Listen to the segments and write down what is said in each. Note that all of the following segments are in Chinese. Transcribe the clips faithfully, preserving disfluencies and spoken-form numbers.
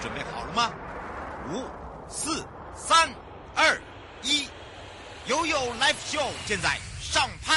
准备好了吗？五、四、三、二、一，悠悠 Live Show 现在上拍。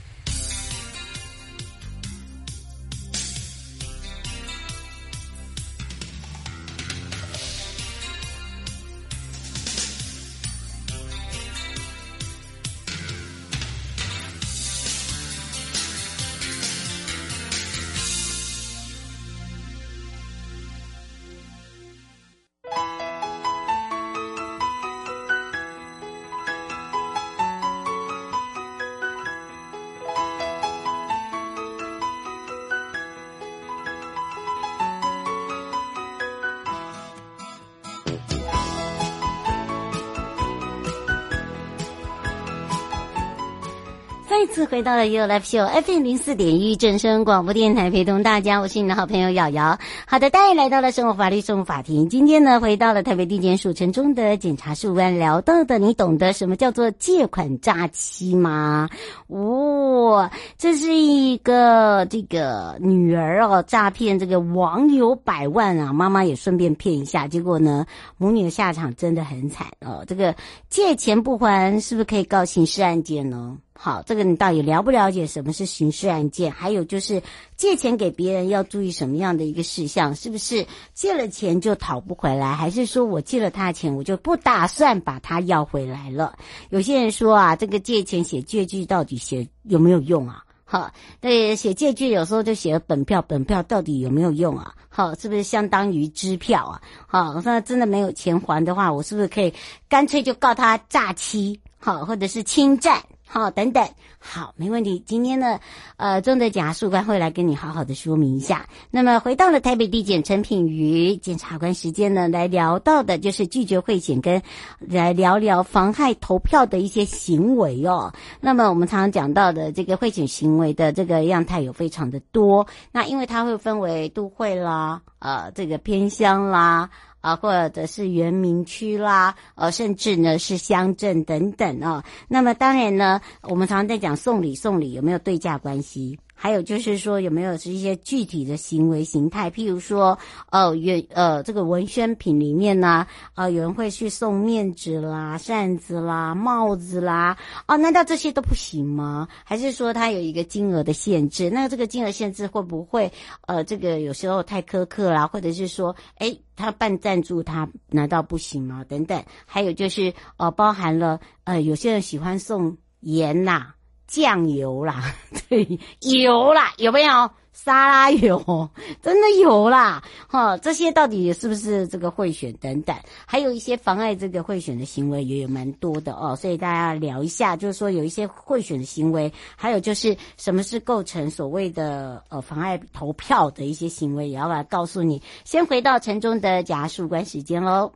再次回到了 You Live Show F M 零四点一正声广播电台，陪同大家，我是你的好朋友瑶瑶。好的，大家来到了生活法律生活法庭，今天呢回到了台北地检署陈忠德检察事务官，聊到的你懂得什么叫做借款诈欺吗？哦，这是一个这个女儿哦诈骗这个网友百万啊，妈妈也顺便骗一下，结果呢母女的下场真的很惨哦。这个借钱不还是不是可以告刑事案件呢？好，这个你到底了不了解什么是刑事案件？还有就是借钱给别人要注意什么样的一个事项？是不是借了钱就讨不回来？还是说我借了他钱，我就不打算把他要回来了？有些人说啊，这个借钱写借据到底写有没有用啊？好，对，写借据有时候就写了本票，本票到底有没有用啊？好，是不是相当于支票啊？好，那真的没有钱还的话，我是不是可以干脆就告他诈欺？好，或者是侵占？好，等等，好，没问题。今天呢，呃，中德检察官会来跟你好好的说明一下。那么回到了台北地检陈品瑜检察官时间呢，来聊到的就是拒绝贿选跟来聊聊妨害投票的一些行为哦。那么我们常常讲到的这个贿选行为的这个样态有非常的多，那因为它会分为都会啦，呃，这个偏乡啦。啊，或者是原民区啦，呃，甚至呢是乡镇等等啊。那么当然呢，我们常常在讲送礼，送礼有没有对价关系？还有就是说有没有是一些具体的行为形态，譬如说，呃，原呃这个文宣品里面呢，呃，有人会去送面纸啦、扇子啦、帽子啦，哦，难道这些都不行吗？还是说它有一个金额的限制？那这个金额限制会不会呃这个有时候太苛刻啦，或者是说，哎，他办赞助他难道不行吗？等等，还有就是呃包含了呃有些人喜欢送盐啦。酱油啦，对，油啦，有没有？沙拉油，真的有啦，哈，这些到底是不是这个贿选等等？还有一些妨碍这个贿选的行为也有蛮多的哦，所以大家聊一下，就是说有一些贿选的行为，还有就是什么是构成所谓的呃妨碍投票的一些行为，也要来告诉你。先回到陈忠的检察事务官时间喽。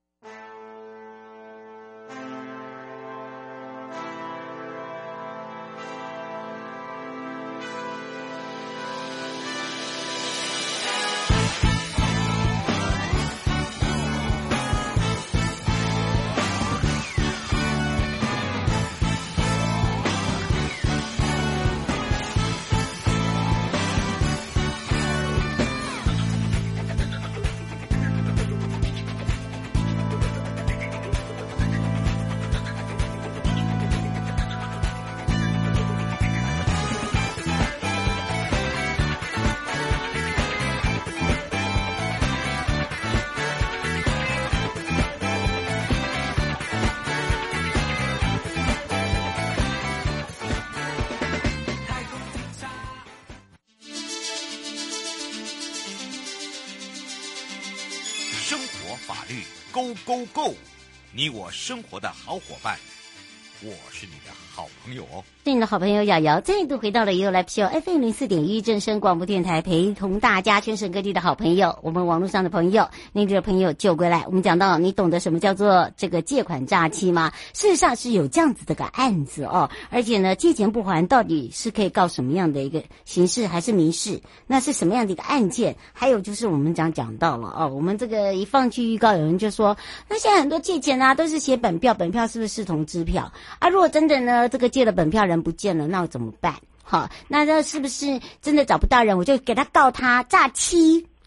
Go Go Go， 你我生活的好伙伴，我是你的好朋友哦。 是你的好朋友瑶瑶再度回到了 You Live Show F M 零四点一正声广播电台，陪同大家全省各地的好朋友，我们网络上的朋友，内地的朋友就归来。我们讲到你懂得什么叫做这个借款诈欺吗？事实上是有这样子的个案子哦，而且呢借钱不还到底是可以告什么样的一个刑事还是民事？那是什么样的一个案件？还有就是我们讲讲到了哦，我们这个一放弃预告，有人就说那现在很多借钱啊都是写本票，本票是不是视同支票啊？如果真的呢这个借了本票人不见了，那我怎么办？好，那这是不是真的找不到人，我就给他告他诈欺？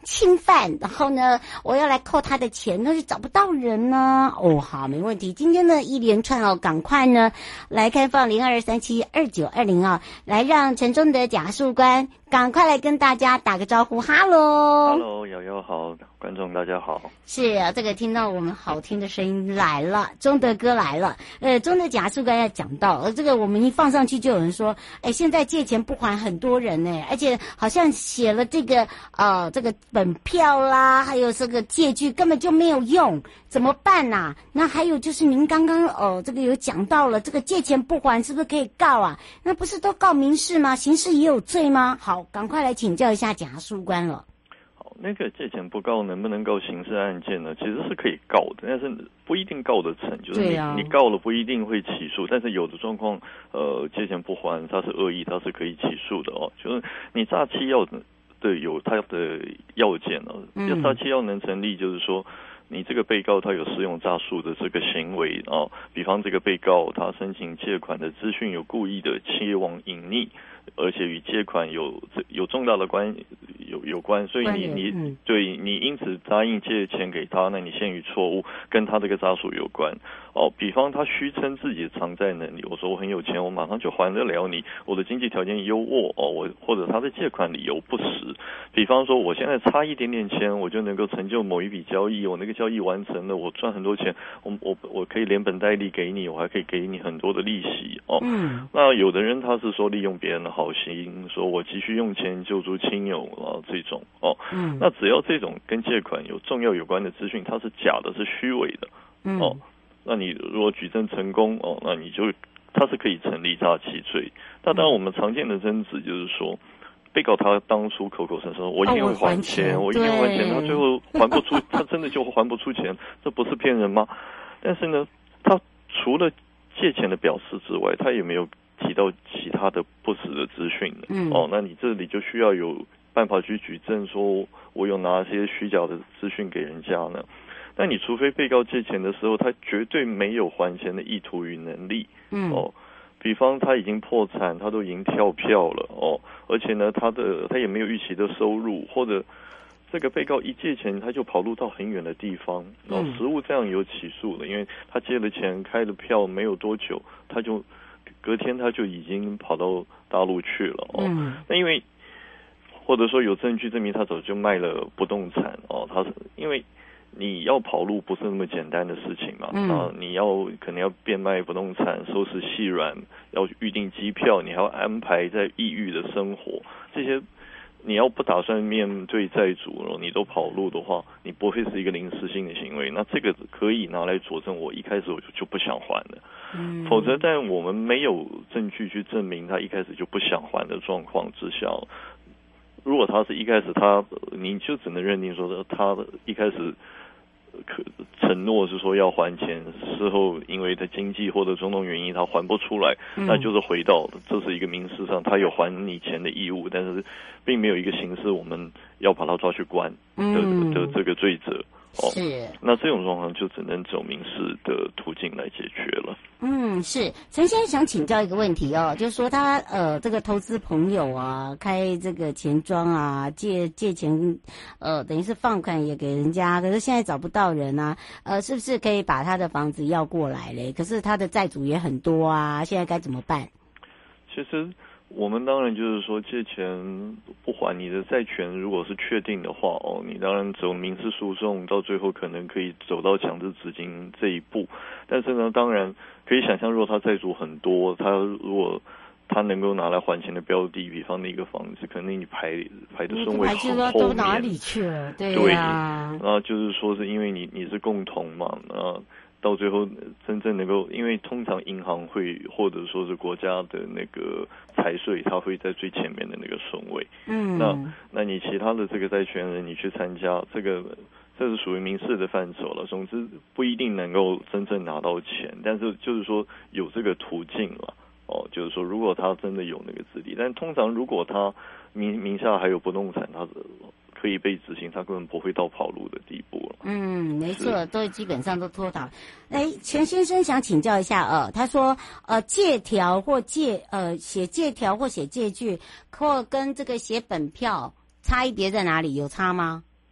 侵犯，然后呢，我要来扣他的钱，那就找不到人呢。哦，好，没问题。今天呢一连串哦，赶快呢来开放零二三七二九二零啊，来让陈忠德检察官赶快来跟大家打个招呼，哈喽， 哈喽，瑶瑶好，观众大家好。 是啊，这个听到我们好听的声音来了，忠德哥来了。呃，忠德检察官要讲到，呃，这个我们一放上去就有人说，哎，现在借钱不还很多人呢，而且好像写了这个呃这个本票啦，还有这个借据根本就没有用，怎么办呐、啊？那还有就是您刚刚哦这个有讲到了，这个借钱不还是不是可以告啊？那不是都告民事吗？刑事也有罪吗？好，赶快来请教一下检察官了。 那个借钱不告能不能告刑事案件呢？其实是可以告的，但是不一定告得成。就是你、啊、你告了不一定会起诉，但是有的状况，呃，借钱不还，它是恶意，它是可以起诉的哦。就是你诈欺要的有它的要件哦，要诈欺要能成立，就是说你这个被告他有使用诈术的这个行为哦，比方这个被告他申请借款的资讯有故意的期望隐匿，而且与借款有有重大的关有有关，所以你你、嗯、对你因此答应借钱给他，那你陷于错误，跟他这个诈术有关哦。比方他虚称自己的偿债能力，我说我很有钱，我马上就还得了你，我的经济条件优渥哦，我或者他的借款理由不实，比方说我现在差一点点钱，我就能够成就某一笔交易，我那个交易完成了，我赚很多钱，我我我可以连本带利给你，我还可以给你很多的利息哦。嗯，那有的人他是说利用别人的好心，说我急需用钱救助亲友啊这种哦，嗯，那只要这种跟借款有重要有关的资讯，它是假的，是虚伪的，嗯，哦，那你如果举证成功哦，那你就它是可以成立诈欺罪。那当然我们常见的争执就是说，被告他当初口口声声说我一定会还钱，哦、我, 我一定会还钱，他最后还不出，他真的就还不出钱，这不是骗人吗？但是呢，他除了借钱的表示之外，他也没有提到其他的不实的资讯的，嗯，哦，那你这里就需要有办法去举证，说我有哪些虚假的资讯给人家呢？那你除非被告借钱的时候，他绝对没有还钱的意图与能力，嗯，哦，比方他已经破产，他都已经跳票了，哦，而且呢，他的他也没有预期的收入，或者这个被告一借钱他就跑路到很远的地方，然后实务这样有起诉了，因为他借了钱开了票没有多久，他就隔天他就已经跑到大陆去了哦，嗯、那因为或者说有证据证明他早就卖了不动产哦，他是因为你要跑路不是那么简单的事情嘛，嗯、啊，你要可能要变卖不动产、收拾细软，要预订机票，你还要安排在异域的生活，这些你要不打算面对债主，你都跑路的话，你不会是一个临时性的行为，那这个可以拿来佐证我一开始我就就不想还了。嗯，否则在我们没有证据去证明他一开始就不想还的状况之下，如果他是一开始他，你就只能认定说他一开始可承诺是说要还钱，事后因为他经济或者种种原因他还不出来，嗯、那就是回到这是一个民事上他有还你钱的义务，但是并没有一个形式我们要把他抓去关的、嗯、的这个罪责。哦，是，那这种状况就只能走民事的途径来解决了。 嗯，是。陈先生想请教一个问题哦，就是说他呃这个投资朋友啊，开这个钱庄啊，借借钱，呃等于是放款也给人家，可是现在找不到人啊，呃是不是可以把他的房子要过来嘞？可是他的债主也很多啊，现在该怎么办？ 其实我们当然就是说借钱不还，你的债权如果是确定的话哦，你当然走民事诉讼，到最后可能可以走到强制执行这一步。但是呢，当然可以想象，如果他债主很多，他如果他能够拿来还钱的标的，比方那个房子，可能你排排的顺位很后面， 都哪里去了？对呀， 对，那就是说是因为你你是共同嘛，那到最后真正能够，因为通常银行会或者说是国家的那个财税，它会在最前面的那个顺位。嗯，那那你其他的这个债权人，你去参加这个，这是属于民事的范畴了。总之不一定能够真正拿到钱，但是就是说有这个途径了。哦，就是说如果他真的有那个资历，但通常如果他名名下还有不动产，他可以被执行，他根本不会到跑路的地步了。 嗯，没错，都基本上都脱逃。哎，钱先生想请教一下，呃，他说，呃，借条或借呃写借条或写借据，或跟这个写本票差异别在哪里？有差吗？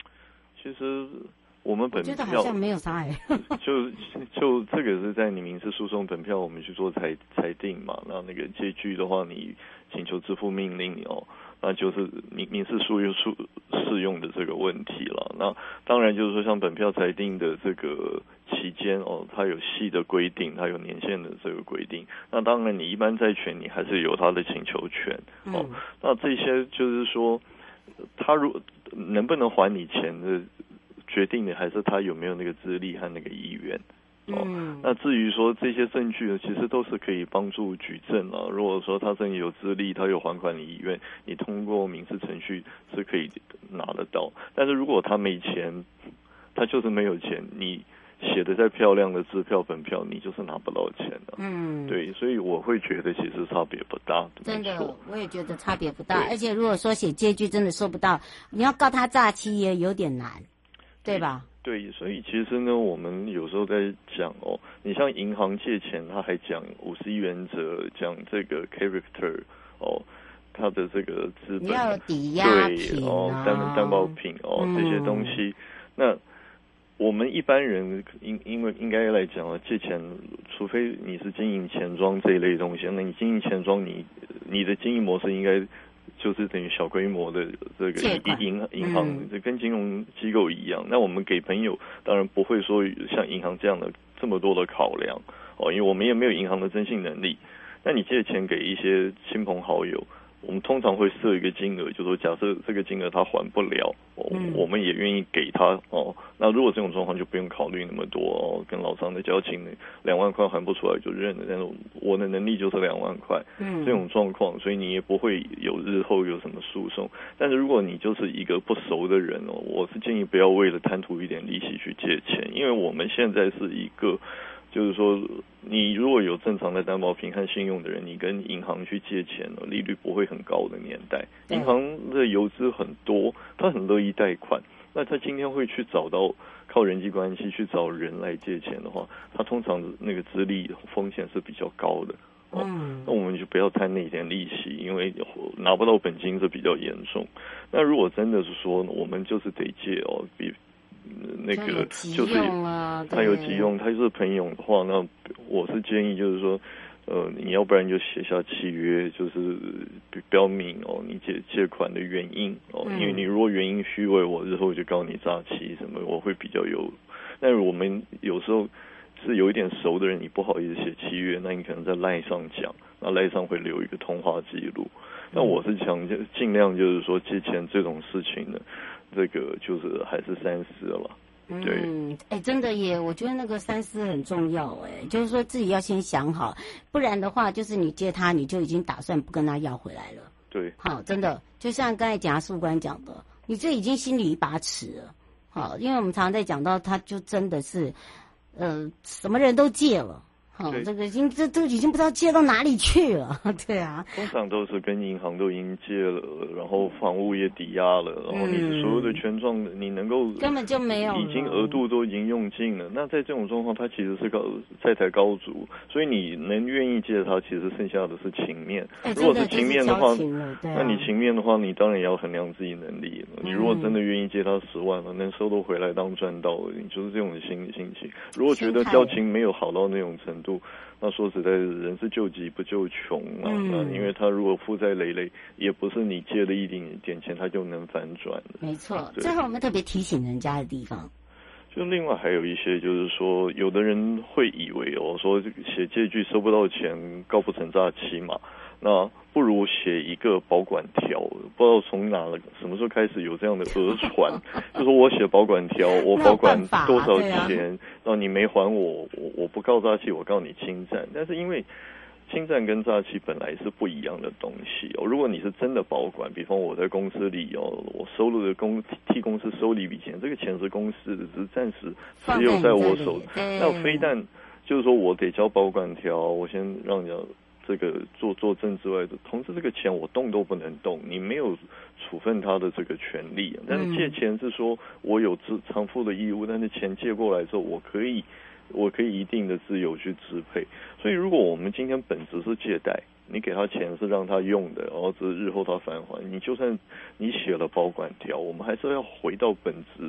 其实我们本票我觉得好像没有啥哎、欸， 就就这个是在你民事诉讼本票我们去做裁裁定嘛，那那个借据的话，你请求支付命令哦，那就是民民事诉讼诉适用的这个问题了。那当然就是说像本票裁定的这个期间哦，它有细的规定，它有年限的这个规定。那当然你一般债权你还是有它的请求权哦。嗯、那这些就是说，他如能不能还你钱的决定的还是他有没有那个资历和那个意愿。哦，嗯、那至于说这些证据呢，其实都是可以帮助举证啊。如果说他真的有资历，他有还款的意愿，你通过民事程序是可以拿得到。但是如果他没钱，他就是没有钱，你写的再漂亮的支票、本票，你就是拿不到钱的。嗯，对，所以我会觉得其实差别不大。 真的，我也觉得差别不大。而且如果说写借据真的收不到，你要告他诈欺也有点难，对吧？ 对，所以其实呢，我们有时候在讲哦，你像银行借钱，他还讲五十一原则，讲这个 character 哦，他的这个资本， 你要有抵押品、啊、 哦，担担保品哦、嗯、这些东西。那我们一般人应因为应该来讲啊，借钱，除非你是经营钱庄这一类东西，那你经营钱庄，你你的经营模式应该就是等于小规模的这个银银行，这跟金融机构一样。嗯、那我们给朋友当然不会说像银行这样的这么多的考量哦，因为我们也没有银行的征信能力。那你借钱给一些亲朋好友，我们通常会设一个金额，就说假设这个金额他还不了，哦嗯、我们也愿意给他哦。那如果这种状况就不用考虑那么多哦，跟老张的交情，两万块还不出来就认了，但是我的能力就是两万块，嗯、这种状况，所以你也不会有日后有什么诉讼。但是如果你就是一个不熟的人哦，我是建议不要为了贪图一点利息去借钱，因为我们现在是一个。就是说，你如果有正常的担保品和信用的人，你跟银行去借钱，利率不会很高的年代，银行的游资很多，他很乐意贷款。那他今天会去找到靠人际关系去找人来借钱的话，他通常那个资历风险是比较高的。哦，嗯、那我们就不要贪那一点利息，因为拿不到本金是比较严重。那如果真的是说，我们就是得借哦，比。那个就是他有急用，他是朋友的话，那我是建议就是说，呃，你要不然就写下契约，就是标明哦，你借借款的原因哦，因为你如果原因虚伪，我日后就告你诈欺什么，我会比较有。但是我们有时候是有一点熟的人，你不好意思写契约，那你可能在赖上讲，那赖上会留一个通话记录。那我是想就尽量就是说借钱这种事情呢。这个就是还是三思了，对， 嗯，哎，真的耶，我觉得那个三思很重要，哎，就是说自己要先想好，不然的话，就是你借他，你就已经打算不跟他要回来了， 对， 好，真的，就像刚才检察事务官讲的，你这已经心里一把尺了，好，因为我们常常在讲到，他就真的是，呃，什么人都借了。好、哦，这个已经这这已经不知道借到哪里去了，对啊。 通常都是跟银行都已经借了，然后房屋也抵押了，然后你所有的权状你能够根本就没有， 已经额度都已经用尽了。那在这种状况，他其实是高在台高筑，所以你能愿意借他，其实剩下的是情面。 哎、 如果是情面的话， 啊、 那你情面的话，你当然也要衡量自己能力。你如果真的愿意借他十万了，能收得回来当赚到了，你就是这种心心情。如果觉得交情没有好到那种程度。那说实在，人是救急不救穷啊！嗯、因为他如果负债累累，也不是你借了一点点钱他就能反转的。 没错，最后我们特别提醒人家的地方， 就另外还有一些，就是说，有的人会以为哦，说写借据收不到钱，告不成诈欺嘛。那不如写一个保管条，不知道从哪了什么时候开始有这样的讹传，就是我写保管条，我保管多少钱，然后你没还我，我我不告诈欺，我告你侵占。但是因为侵占跟诈欺本来是不一样的东西哦。如果你是真的保管，比方我在公司里哦，我收入的公替公司收了一笔钱，这个钱是公司的，只是暂时持有在我手，那非但就是说我得交保管条，我先让人家。这个做作证之外的，同时这个钱我动都不能动，你没有处分他的这个权利。但是借钱是说我有支偿付的义务，但是钱借过来之后，我可以我可以一定的自由去支配。所以如果我们今天本质是借贷，你给他钱是让他用的，然后只是日后他返还，你就算你写了保管条，我们还是要回到本质。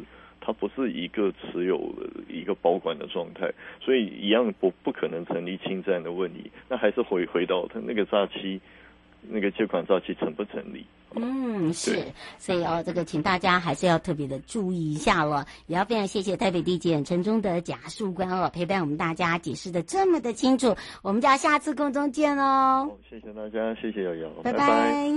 它不是一个持有一个保管的状态，所以一样不不可能成立侵占的问题。那还是回回到它那个诈欺，那个借款诈欺成不成立？ 嗯，是，所以哦，这个请大家还是要特别的注意一下了。也要非常谢谢台北地检陈忠德检察官哦，陪伴我们大家解释的这么的清楚。我们就要下次空中见哦。 好，谢谢大家，谢谢瑶瑶， 拜拜。 拜拜。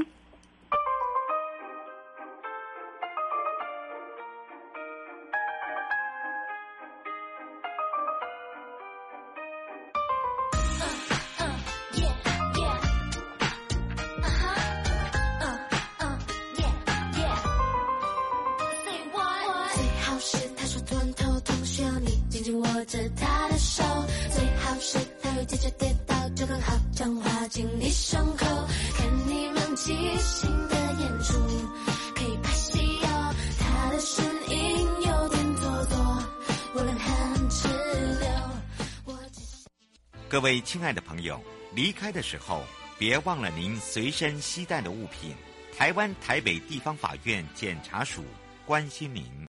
握着他的手，最好是他有结节跌倒，就刚好将滑进你胸口。看你们即兴的演出，可以拍戏哦。他的声音有点做作，我人很直流。我只是各位亲爱的朋友，离开的时候别忘了您随身携带的物品。台湾台北地方法院检察署关心您。